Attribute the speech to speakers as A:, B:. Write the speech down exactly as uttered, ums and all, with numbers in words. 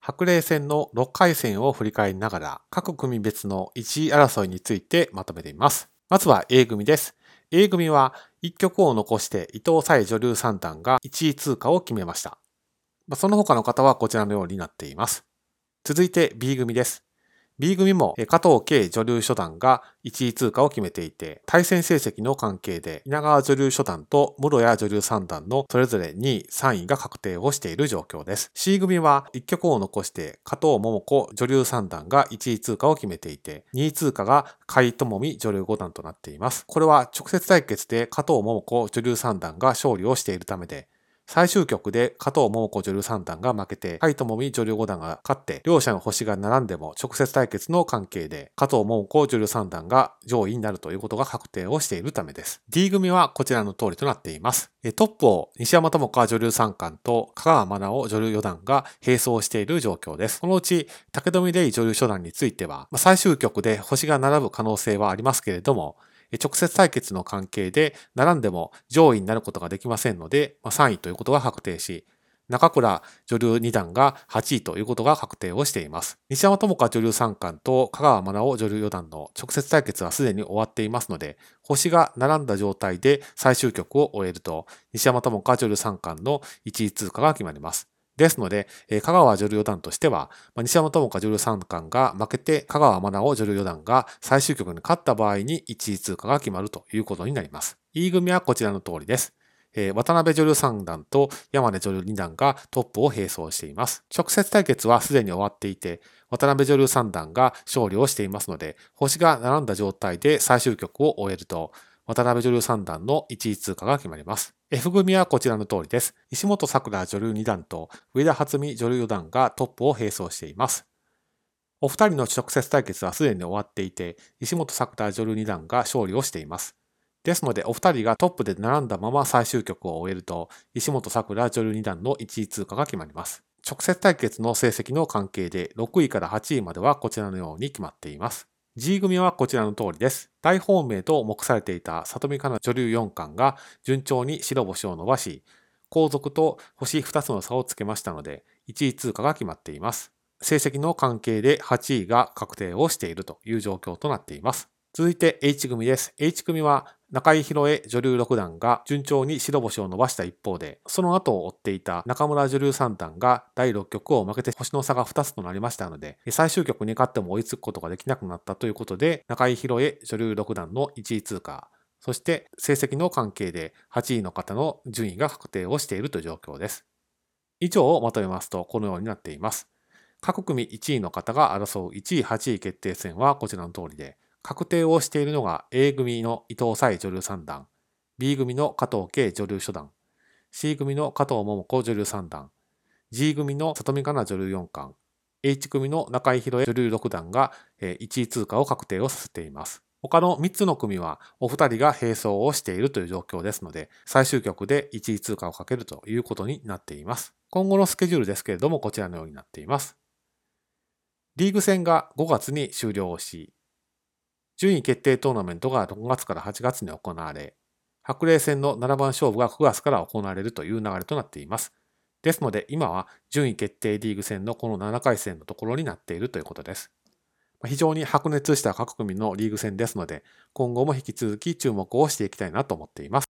A: 白玲戦のろっかい戦を振り返りながら、各組別のいちい争いについてまとめています。まずは A 組です。A 組はいっ局を残して伊藤沙恵女流三段がいちい通過を決めました。その他の方はこちらのようになっています。続いて B 組です。B 組も加藤圭女流初段がいちい通過を決めていて、対戦成績の関係で稲川女流初段と室谷女流三段のそれぞれにい、さんいが確定をしている状況です。C 組はいっ局を残して加藤桃子女流三段がいちい通過を決めていて、にい通過が甲斐智美女流五段となっています。これは直接対決で加藤桃子女流三段が勝利をしているためで、最終局で加藤桃子女流三段が負けて、甲斐智美女流五段が勝って、両者の星が並んでも直接対決の関係で、加藤桃子女流三段が上位になるということが確定をしているためです。D 組はこちらの通りとなっています。トップを西山智香女流三冠と香川真奈緒女流四段が並走している状況です。このうち武富玲女流初段については、最終局で星が並ぶ可能性はありますけれども、直接対決の関係で並んでも上位になることができませんので、さんいということが確定し、中倉女流二段がはちいということが確定をしています。西山智香女流三冠と香川真奈緒女流四段の直接対決はすでに終わっていますので、星が並んだ状態で最終局を終えると、西山智香女流三冠のいちい通過が決まります。ですので、香川女流四段としては、西山智香女流三冠が負けて、香川真奈緒女流四段が最終局に勝った場合にいちい通過が決まるということになります。E 組はこちらの通りです。渡辺女流三段と山根女流二段がトップを並走しています。直接対決はすでに終わっていて、渡辺女流三段が勝利をしていますので、星が並んだ状態で最終局を終えると、渡辺女流三段のいちい通過が決まります。F 組はこちらの通りです。石本さくら女流二段と上田初美女流四段がトップを並走しています。お二人の直接対決はすでに終わっていて、石本さくら女流二段が勝利をしています。ですので、お二人がトップで並んだまま最終局を終えると、石本さくら女流二段のいちい通過が決まります。直接対決の成績の関係でろくいからはちいまではこちらのように決まっています。G 組はこちらの通りです。大本命と目されていた里見香奈女流四冠が順調に白星を伸ばし、後続と星ふたつの差をつけましたので、いちい通過が決まっています。成績の関係ではちいが確定をしているという状況となっています。続いて H 組です。H 組は中井宏恵女流六段が順調に白星を伸ばした一方で、その後を追っていた中村女流三段がだいろっ局を負けて星の差がふたつとなりましたので、最終局に勝っても追いつくことができなくなったということで、中井宏恵女流六段のいちい通過、そして成績の関係ではちいの方の順位が確定をしているという状況です。以上をまとめますとこのようになっています。各組いちいの方が争ういちいはちい決定戦はこちらの通りで、確定をしているのが A 組の伊藤沙恵女流三段、B 組の加藤圭女流初段、C 組の加藤桃子女流三段、G 組の里見香奈女流四冠、H 組の中井宏恵女流六段がいちい通過を確定をさせています。他のみっつの組はお二人が並走をしているという状況ですので、最終局でいちい通過をかけるということになっています。今後のスケジュールですけれども、こちらのようになっています。リーグ戦がごがつに終了し、順位決定トーナメントがろくがつからはちがつに行われ、白玲戦のななばん勝負がくがつから行われるという流れとなっています。ですので今は順位決定リーグ戦のこのななかい戦のところになっているということです。非常に白熱した各組のリーグ戦ですので、今後も引き続き注目をしていきたいなと思っています。